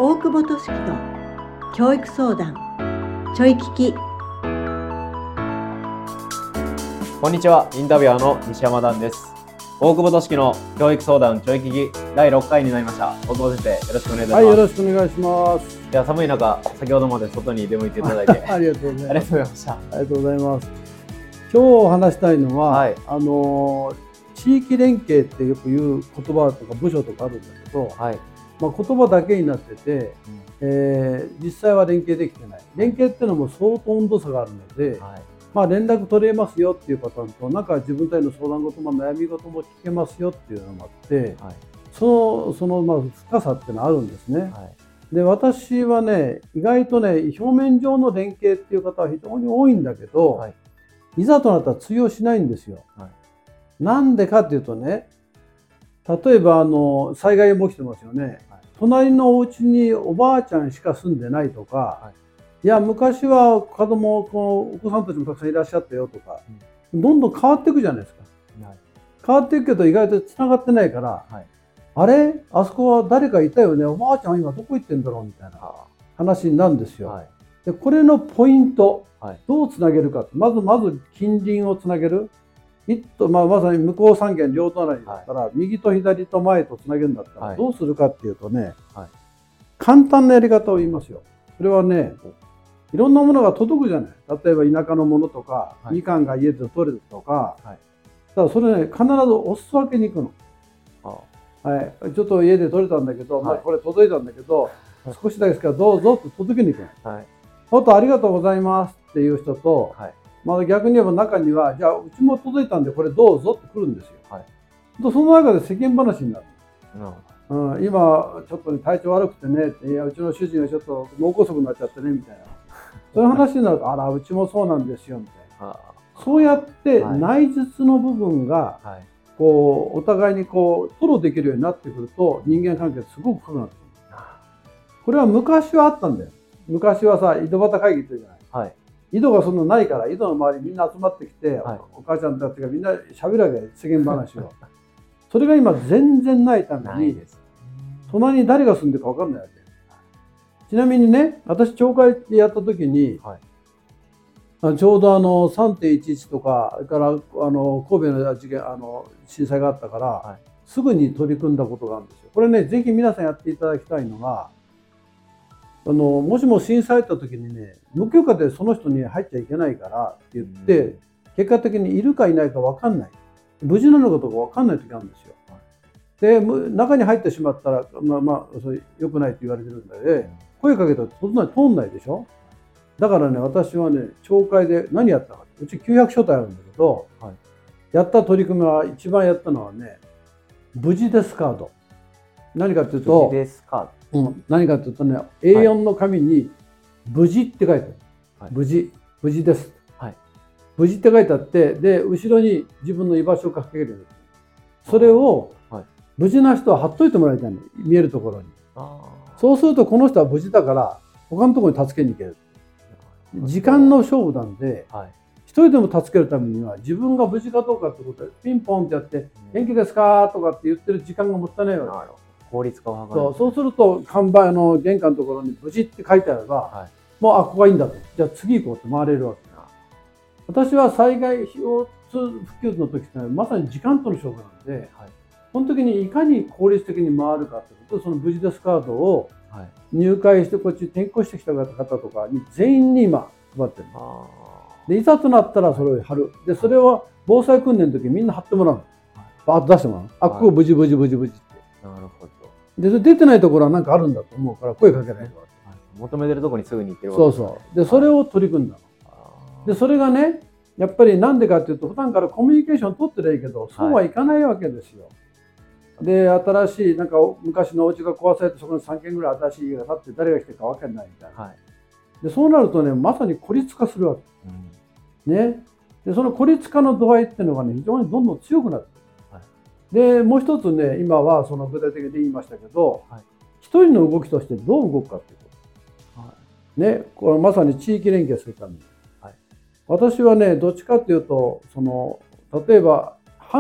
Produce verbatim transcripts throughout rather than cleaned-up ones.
大久保俊樹の教育相談ちょい聞き。 こんにちは、インタビュアーの西山段です。大久保俊樹の教育相談ちょい聞きだいろっかいになりました。大久保先生、よろしくお願いいたします。 はい、よろしくお願いします。 いや、寒い中、先ほどまで外に出向いていただいてありがとうございます。 ありがとうございました。 ありがとうございます。今日話したいのは、 はい、 あの地域連携ってよく言う言葉とか部署とかあるんだけど、 はい、 まあ、言葉だけになってて、うん、えー、実際は連携できてない。連携っていうのも相当温度差があるので、はい、まあ、連絡取れますよっていうパターンと、なんか自分たちの相談事も悩み事も聞けますよっていうのもあって、はい、その、そのまあ深さっていうのはあるんですね。はい、で、私はね、意外とね、表面上の連携っていう方は非常に多いんだけど、はい、いざとなったら通用しないんですよ。はい、なんでかっていうとね、例えばあの災害も起きてますよね。はい、隣のお家におばあちゃんしか住んでないとか、はい、いや昔は子供このお子さんたちもたくさんいらっしゃったよとか、うん、どんどん変わっていくじゃないですか。はい、変わっていくけど意外とつながってないから、はい、あれあそこは誰かいたよね、おばあちゃん今どこ行ってんだろうみたいな話になるんですよ。はい、でこれのポイント、はい、どうつなげるか、まずまず近隣をつなげる。一とまあ、まさに向こう三軒両隣だったら、はい、右と左と前とつなげるんだったらどうするかっていうとね、はい、簡単なやり方を言いますよ。それはね、いろんなものが届くじゃない。例えば田舎のものとか、はい、みかんが家で取れるとか、はい、ただそれね必ずお裾分けに行くの。はい、ちょっと家で取れたんだけど、はい、まあ、これ届いたんだけど、はい、少しだけですからどうぞって届けに行くの。はい、もっとありがとうございますっていう人と、はい、まあ逆に言えば中には、じゃあうちも届いたんでこれどうぞって来るんですよ。はい、とその中で世間話になる。うん、うん、今ちょっと、ね、体調悪くてねって、いやうちの主人がちょっと脳梗塞になっちゃってねみたいな。そういう話になると、あらうちもそうなんですよみたいな。そうやって内実の部分が、はい、こうお互いにこう吐露できるようになってくると人間関係すごく深くなってくる。これは昔はあったんだよ。昔はさ井戸端会議って言うじゃない。はい、井戸がそんなないから井戸の周りみんな集まってきて、はい、お母ちゃんたちがみんな喋るわけ世間話をそれが今全然ないために隣に誰が住んでるか分かんないわけ。ちなみにね、私町会でやった時に、はい、ちょうどあの さんてんいちいち とかからあの神戸の事件あの震災があったから、はい、すぐに取り組んだことがあるんですよ。これねぜひ皆さんやっていただきたいのが、あのもしも震災あった時にね、無許可でその人に入っちゃいけないからって言って、うん、結果的にいるかいないか分かんない、無事なのかどうか分かんない時あるんですよ。で中に入ってしまったらまあまあそれ良くないって言われてるんで、ね、声かけたらそんなに通んないでしょ。だからね私はね町会で何やったか、うちきゅうひゃくしょたいあるんだけど、はい、やった取り組みは一番やったのはね、無事ですカード。何かっていうと、無事ですカード、うん、何かっていうとね エーよん の紙に無事って書いてある、はい、無事無事です、はい、無事って書いてあって、で後ろに自分の居場所を書けるように、それを、はい、無事な人は貼っといてもらいたいの、見えるところに。あ、そうするとこの人は無事だから他のところに助けに行ける。時間の勝負なんで、はい、一人でも助けるためには自分が無事かどうかってことでピンポンってやって「元気ですか?」とかって言ってる時間がもったいないわけよ。 効率化を図る。 そう、そうすると看板の玄関のところに無事って書いてあれば、はい、もうあここがいいんだと、じゃあ次行こうって回れるわけだ。私は災害費用普及の時ってまさに時間との勝負なんで、はい、その時にいかに効率的に回るかってことで、その無事ですカードを入会してこっち転校してきた方とかに全員に今配ってる。でいざとなったらそれを貼る。でそれを防災訓練の時にみんな貼ってもらうの。バーッと出してもらう。あ、ここ無事無事無事無事って。なるほど。で出てないところは何かあるんだと思うから声かけないと。 求めてるところにすぐに行ってるわけですね。 そうそう。でそれを取り組んだの。でそれがねやっぱりなんでかっていうと、普段からコミュニケーション取ってりゃいいけどそうはいかないわけですよ。で新しいなんか昔のお家が壊されてそこにさんけんぐらい新しい家が建って誰が来てるか分かんないみたいな、はい、でそうなるとねまさに孤立化するわけ、うん、ね。でその孤立化の度合いっていうのがね非常にどんどん強くなってくる、はい、でもう一つね今はその具体的に言いましたけど、はい、一人の動きとしてどう動くかっていうこと、はい、ね、これまさに地域連携するために、はい、私はねどっちかっていうとその例えば反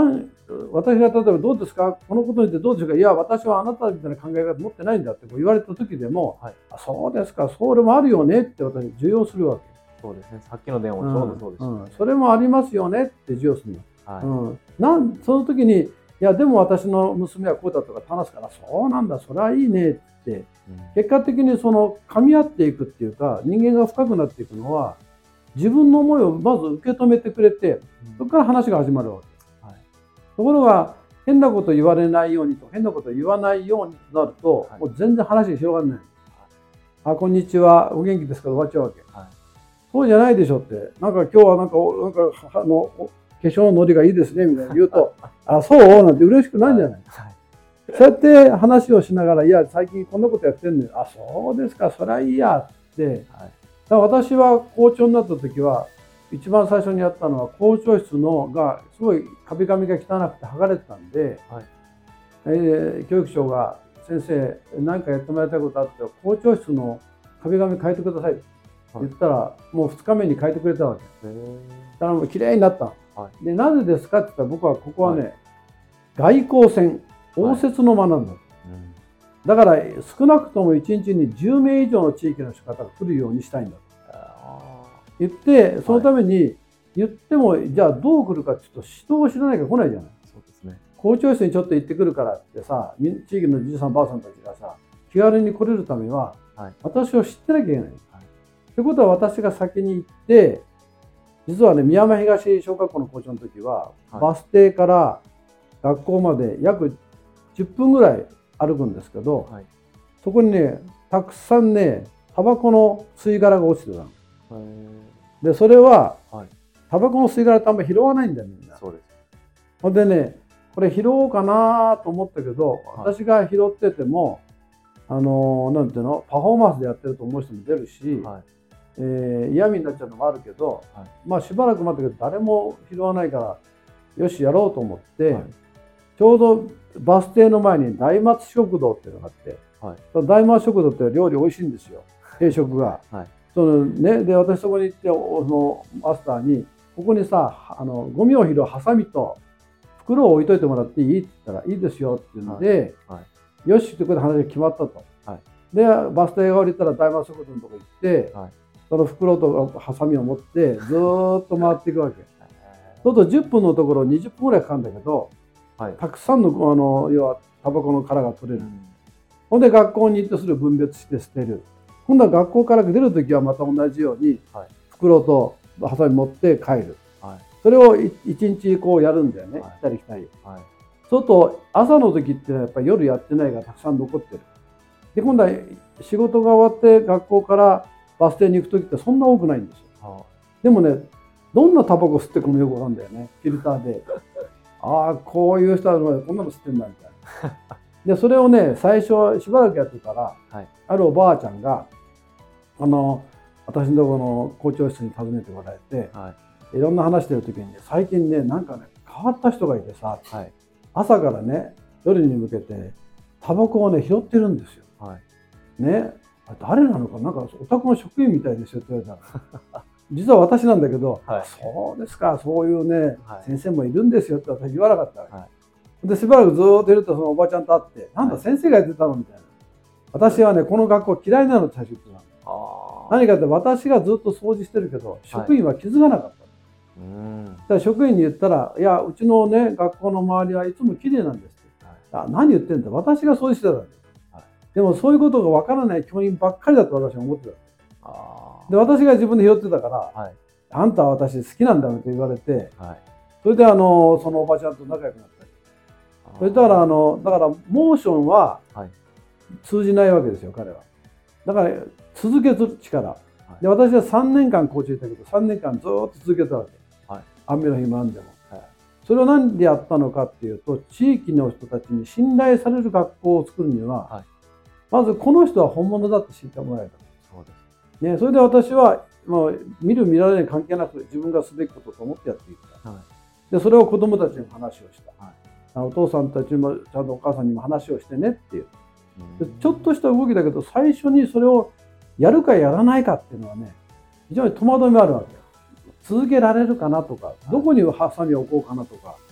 私が例えばどうですか、このことについてどうですか、いや、私はあなたみたいな考え方持ってないんだってこう言われた時でも、はい、あ、そうですか、それもあるよねって私、受容するわけ。 そうですね、さっきの電話、ちょうどそうですね、 うんうん。それもありますよねって受容するの。はい、うん、なんその時に、いや、でも私の娘はこうだとか話すから、そうなんだ、それはいいねって、うん、結果的にその噛み合っていくっていうか、人間が深くなっていくのは、自分の思いをまず受け止めてくれて、そこから話が始まるわけ。はい、ところが、変なこと言われないようにと、変なこと言わないようにとなると、はい、もう全然話が広がらない。はい、あ、こんにちは、お元気ですか、終わっちゃうわけ。はい、そうじゃないでしょって、なんか今日はなんか、なんかあの化粧のりがいいですねみたいな言うと、あ、そうなんて嬉しくないんじゃない。はいはい、そうやって話をしながら、いや、最近こんなことやってんのよ。あ、そうですか、そりゃいいやって。はい、だから私は校長になった時は、一番最初にやったのは校長室のがすごい壁紙が汚くて剥がれてたんで、はい、えー、教育長が先生何かやってもらいたいことあって校長室の壁紙変えてくださいって言ったら、はい、もうふつかめに変えてくれたわけ。だからもうきれいになった、はい、でなぜですかって言ったら僕はここはね、はい、外交船応接の間なんだ、はい、うん、だから少なくともいちにちにじゅうめい以上の地域の方が来るようにしたいんだと言って、そのために言っても、はい、じゃあどう来るかっていうと指導を知らなきゃ来ないじゃない。そうですね。校長室にちょっと行ってくるからってさ、地域のじいさんばあさんたちがさ、気軽に来れるためは、はい、私を知ってなきゃいけない。はい、ってことは私が先に行って、実はね、宮山東小学校の校長の時は、はい、バス停から学校まで約じゅっぷんぐらい歩くんですけど、はい、そこにね、たくさんね、タバコの吸い殻が落ちてたの。でそれは、はい、タバコの吸い殻ってあんまり拾わないんだよ、みんな。そうです。ほんでね、これ拾おうかなと思ったけど、はい、私が拾ってても、あのー、なんていうの、パフォーマンスでやってると思う人も出るし、はい、えー、嫌味になっちゃうのもあるけど、はい、まあしばらく待ったけど誰も拾わないからよしやろうと思って、はい、ちょうどバス停の前に大松食堂っていうのがあって、はい、大松食堂って料理美味しいんですよ、定食が。はい、そのね、で私そこに行ってそのマスターに「ここにさあのゴミを拾うハサミと袋を置いといてもらっていい?」って言ったら「いいですよ」っていうので、はいはい、よしってことで話が決まったと。はい、でバス停が降りたら大松食堂のとこ行って、はい、その袋とハサミを持ってずーっと回っていくわけ。そうするとじゅっぷんのところにじゅっぷんぐらいかかるんだけど、はい、たくさんのあの要はタバコの殻が取れる。うん、ほんで学校に行ってそれを分別して捨てる。今度は学校から出るときはまた同じように袋とハサミ持って帰る、はい、それをいちにちこうやるんだよね、はい、来たり来たり、はい、そうすると朝の時ってやっぱり夜やってないからたくさん残ってる。で今度は仕事が終わって学校からバス停に行く時ってそんな多くないんですよ、はあ、でもね、どんなタバコ吸ってくるのよくわかるんだよね、フィルターでああこういう人はこんなの吸ってんだみたいなでそれをね最初しばらくやってたら、はい、あるおばあちゃんがあの私のところの校長室に訪ねてもらえて、はい、いろんな話してる時にね、最近ねなんかね変わった人がいてさ、はい、朝からね夜に向けてタバコをね拾ってるんですよ、はい、ね、誰なのか、なんかお宅の職員みたいですよって言われたら実は私なんだけど、はい、そうですか、そういうね、はい、先生もいるんですよって私言わなかったわけ、はい、でしばらくずーっといるとそのおばちゃんと会って、なんだ先生がやってたのみたいな、私はねこの学校嫌いなのって最初言ってたの。何かって私がずっと掃除してるけど職員は気づかなかった、はい、うん、だから職員に言ったら、いやうちのね学校の周りはいつも綺麗なんですって、はい、あ何言ってんだ、私が掃除してたんです、はい、でもそういうことがわからない教員ばっかりだと私は思ってた。あで私が自分で拾ってたから、はい、あんたは私好きなんだって言われて、はい、それであのそのおばちゃんと仲良くなったり、それからあのだからモーションは通じないわけですよ彼は。だから続ける力、はい、で私はさんねんかん校長いたけどさんねんかんずっと続けたわけ、はい、雨の日も雨でも、はい、それを何でやったのかっていうと、地域の人たちに信頼される学校を作るには、はい、まずこの人は本物だって知ってもらえた。そうです、ね、それで私は、まあ、見る見られない関係なく自分がすべきことと思ってやっていった、はい、でそれを子どもたちにも話をした、はい、お父さんたちにもちゃんとお母さんにも話をしてねっていう、でちょっとした動きだけど最初にそれをやるかやらないかっていうのはね、非常に戸惑いもあるわけよ。続けられるかなとか、どこにハサミを置こうかなとか、はい、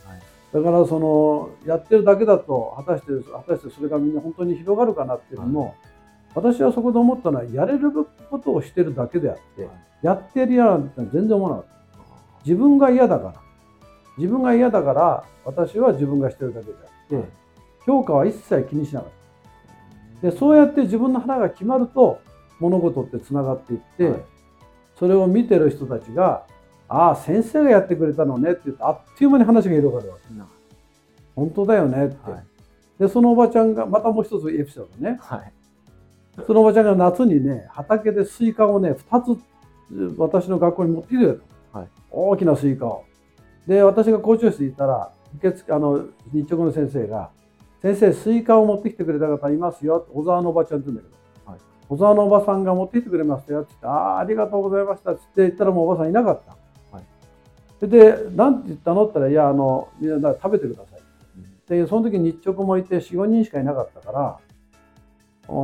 だからそのやってるだけだと果たして果たしてそれがみんな本当に広がるかなっていうのも、はい、私はそこで思ったのはやれることをしてるだけであって、はい、やってるやなんて全然思わなかった。自分が嫌だから自分が嫌だから私は自分がしてるだけであって、はい、評価は一切気にしなかった。でそうやって自分の腹が決まると物事ってつながっていって、はい、それを見てる人たちがああ先生がやってくれたのねって言ってあっという間に話が広がるわけ、うん、本当だよねって、はい、でそのおばちゃんがまたもう一つエピソードね、はい、そのおばちゃんが夏にね畑でスイカをねふたつ私の学校に持ってきてくれた、はい、大きなスイカを。で私が校長室に行ったら受付あの日直の先生が「先生スイカを持ってきてくれた方いますよ」小沢のおばちゃんって言うんだけど、はい、小沢のおばさんが持ってきてくれましたよって言って「ああありがとうございました」って言ったらもうおばさんいなかった。で、なんて言ったのって言ったら、いや、あの、みんな食べてください。で、その時日直もいてよん、ごにんしかいなかったから、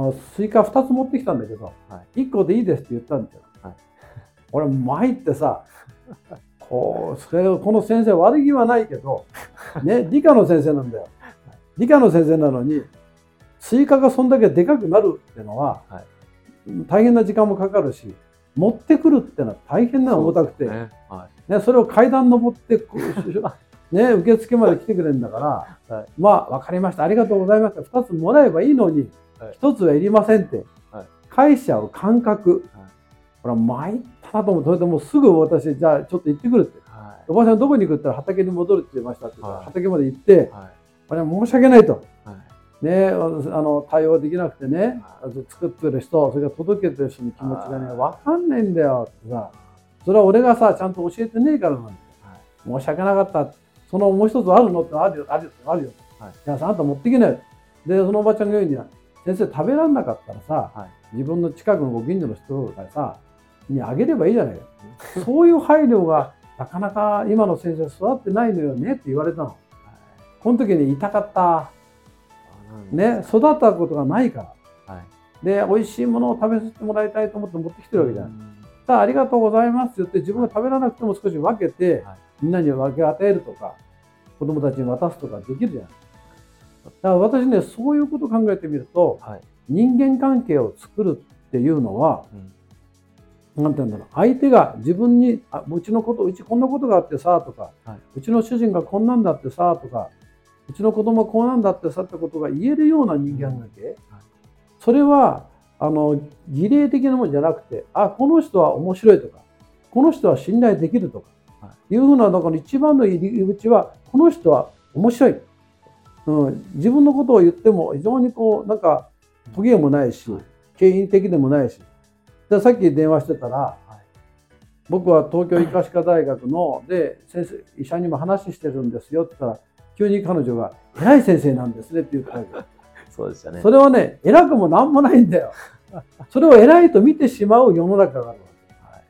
スイカふたつ持ってきたんだけど、はい、いっこでいいですって言ったんですよ。はい、俺、参ってさ、こう、それを、この先生悪気はないけど、ね、理科の先生なんだよ。理科の先生なのに、スイカがそんだけでかくなるっていうのは、はい、大変な時間もかかるし、持ってくるってのは大変な重たくて、ねはい、ね、それを階段登ってこう、ね、受付まで来てくれるんだから、はい、まあ分かりましたありがとうございましたふたつもらえばいいのに、はい、ひとつはいりませんって、はい、返しちゃう感覚、はい、これは参ったなと思ってそれでもうすぐ私じゃあちょっと行ってくるって、はい、おばあさんどこに行くって言ったら畑に戻るって言いましたって言ったら、はい、畑まで行って、はい、これは申し訳ないと。はいね、あの対応できなくてね、作ってる人、それから届けてる人の気持ちがね、分かんないんだよってさ、それは俺がさ、ちゃんと教えてねえからなんだよ。申し訳なかった。そのもう一つあるのってあるよ、あるよ、あるよ。はい、いや、あんた持ってきなよ。で、そのおばちゃんが言うには、先生食べられなかったらさ、はい、自分の近くのご近所の人がさ、にあげればいいじゃないか。そういう配慮がなかなか今の先生育ってないのよねって言われたの。はい、この時に痛かった。ね、育ったことがないから、はい、で美味しいものを食べさせてもらいたいと思って持ってきてるわけじゃない。さあありがとうございますって言って自分が食べられなくても少し分けて、はい、みんなに分け与えるとか子供たちに渡すとかできるじゃない。だから私ねそういうことを考えてみると、はい、人間関係を作るっていうのは、うん、なんて言うんだろう相手が自分にあうちのことうちこんなことがあってさとか、はい、うちの主人がこんなんだってさとかうちの子供はこうなんだってさってことが言えるような人間関係、うんはい、それはあの儀礼的なものじゃなくてあこの人は面白いとかこの人は信頼できるとか、はい、いうふうな中の一番の入り口はこの人は面白い、うん、自分のことを言っても非常にこうなんかトゲもないし、はい、敬遠的でもないしでさっき電話してたら、はい、僕は東京医科歯科大学ので先生医者にも話してるんですよって言ったら急に彼女が「偉い先生なんですね」って言ったわけそうでしたね。 それはね偉くもなんもないんだよ。それを偉いと見てしまう世の中があるわけ、はい、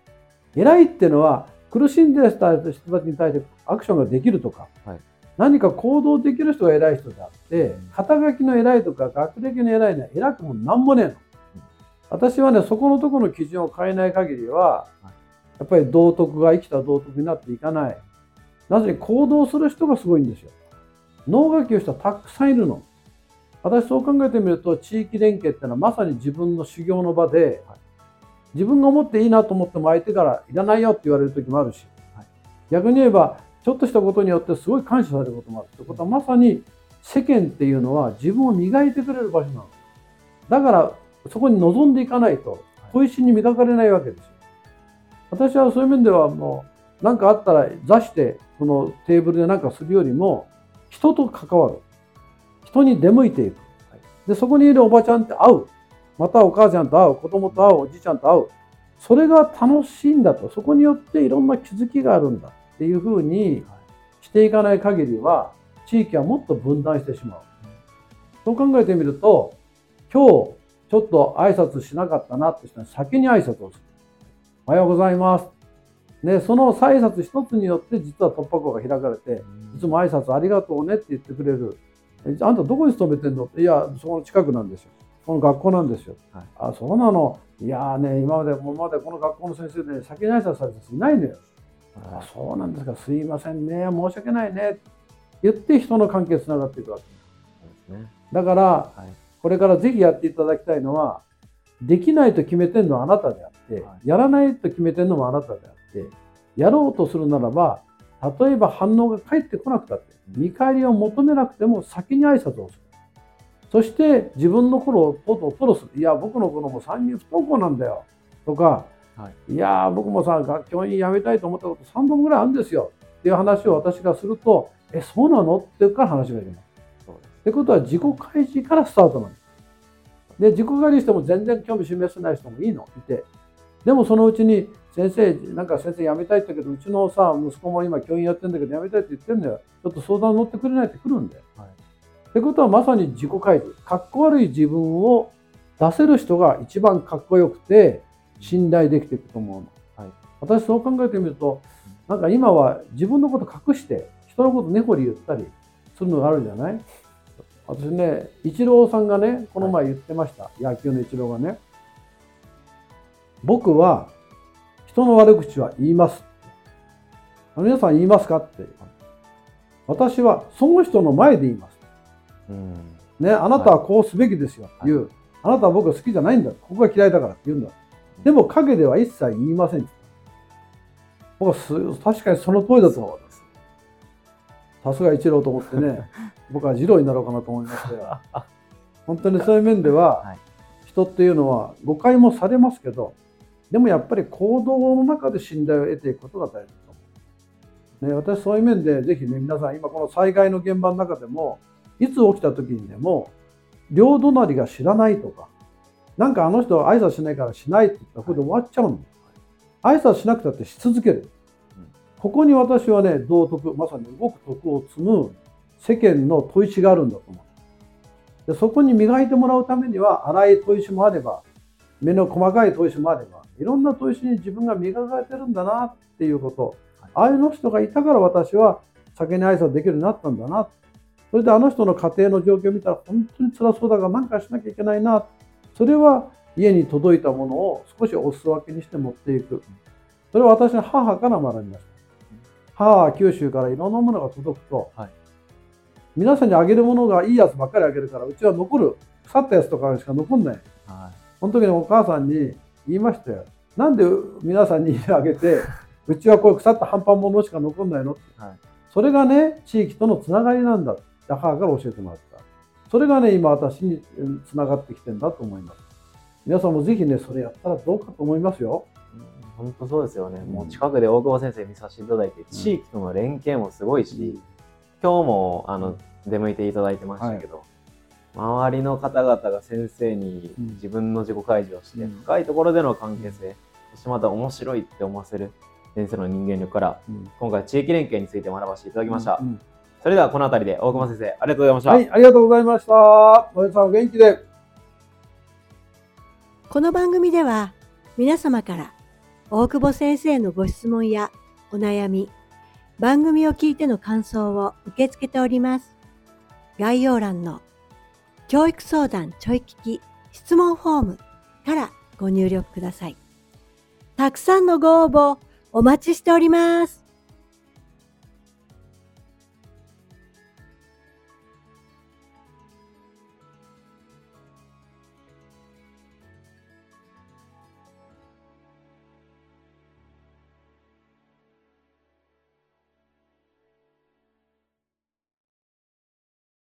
偉いっていうのは苦しんでた人たちに対してアクションができるとか、はい、何か行動できる人が偉い人であって、うん、肩書きの偉いとか学歴の偉いのは偉くもなんもねえの、うん、私はねそこのところの基準を変えない限りは、はい、やっぱり道徳が生きた道徳になっていかない。なぜに行動する人がすごいんですよ。脳学級人はたくさんいるの。私そう考えてみると地域連携っていうのはまさに自分の修行の場で、はい、自分が思っていいなと思っても相手からいらないよって言われる時もあるし、はい、逆に言えばちょっとしたことによってすごい感謝されることもあるということはまさに世間っていうのは自分を磨いてくれる場所なの。だからそこに臨んでいかないと砥石に磨かれないわけですよ。私はそういう面ではもう何かあったら座してそのテーブルで何かするよりも人と関わる。人に出向いていく。で、そこにいるおばちゃんって会う。またお母ちゃんと会う。子供と会う。おじいちゃんと会う。それが楽しいんだと。そこによっていろんな気づきがあるんだっていうふうにしていかない限りは、地域はもっと分断してしまう。そう考えてみると、今日ちょっと挨拶しなかったなって人は先に挨拶をする。おはようございます。ね、その挨拶一つによって実は突破口が開かれて、いつも挨拶ありがとうねって言ってくれる。あんたどこに勤めてんのって、いや、そこの近くなんですよ。この学校なんですよ。はい、あ、そうなの。いやーね、今まで、今までこの学校の先生で先に挨拶された人いないのよ。はい、あ、そうなんですか。すいませんね。申し訳ないね。 言って人の関係つながっていくわけ。 そうですね。 だから、 はい、 これからぜひやっていただきたいのは、できないと決めてるのはあなたであって、はい、やらないと決めてるのもあなたであって、やろうとするならば、例えば反応が返ってこなくたって、見返りを求めなくても先に挨拶をする。そして自分の頃をとうとう吐露する。いや、僕の頃もさんにん不登校なんだよ。とか、はい、いや、僕もさ、教員辞めたいと思ったことさんどもぐらいあるんですよ。っていう話を私がすると、え、そうなのって言うから話が出ます。そうです。ってことは自己開示からスタートなんです。で、自己開示しても全然興味示せない人もいいの、いて。でもそのうちに、先生、なんか先生辞めたいって言ったけど、うちのさ、息子も今教員やってるんだけど辞めたいって言ってるんだよ。ちょっと相談乗ってくれないって来るんだよ。はい、ってことはまさに自己開示。かっこ悪い自分を出せる人が一番かっこよくて、信頼できていくと思うの。はい、私そう考えてみると、なんか今は自分のこと隠して、人のこと根掘り言ったりするのがあるじゃない？私ね、イチローさんがね、この前言ってました。はい、野球のイチローがね。僕は人の悪口は言います。皆さん言いますかって。私はその人の前で言います。うんね、あなたはこうすべきですよっていう。はい、あなたは僕は好きじゃないんだ。ここが嫌いだからって言うんだ。でも陰では一切言いません。僕は確かにその通りだと思います。さすがイチローと思ってね、僕は二郎になろうかなと思いましたよ。本当にそういう面では、はい、人っていうのは誤解もされますけど、でもやっぱり行動の中で信頼を得ていくことが大事だと思う。ね、私そういう面でぜひね、皆さん今この災害の現場の中でも、いつ起きた時にでも、両隣が知らないとか、なんかあの人は挨拶しないからしないって言ったらこれで終わっちゃうんだよ。挨拶しなくたってし続ける。ここに私はね、道徳、まさに動く徳を積む世間の砥石があるんだと思う。でそこに磨いてもらうためには、粗い砥石もあれば、目の細かい砥石もあれば、いろんな砥石に自分が磨かれてるんだなっていうこと。ああいうの人がいたから私は先に挨拶できるようになったんだな。それであの人の家庭の状況を見たら本当に辛そうだから何かしなきゃいけないな。それは家に届いたものを少しお裾分けにして持っていく。それは私の母から学びました。母は九州からいろんなものが届くと、はい、皆さんにあげるものがいいやつばっかりあげるから、うちは残る、腐ったやつとかしか残んない。はい、その時にお母さんに言いましたよ。なんで皆さんにあげて、うちはこういう腐った半端ものしか残んないのって、はい、それがね、地域とのつながりなんだって母から教えてもらった。それがね、今私につながってきてるんだと思います。皆さんもぜひね、それやったらどうかと思いますよ。 本当そうですよね。もう近くで大久保先生見させていただいて、地域との連携もすごいし、うん、今日もあの出向いていただいてましたけど、はい、周りの方々が先生に自分の自己開示をして、うん、深いところでの関係性、うん、そしてまた面白いって思わせる先生の人間力から、うん、今回地域連携について学ばせていただきました。うんうん、それではこの辺りで大久保先生、ありがとうございました。 はい、ありがとうございました。野江さんお元気で。 この番組では皆様から大久保先生のご質問やお悩み、番組を聞いての感想を受け付けております。概要欄の教育相談ちょい聞き質問フォームからご入力ください。たくさんのご応募お待ちしております。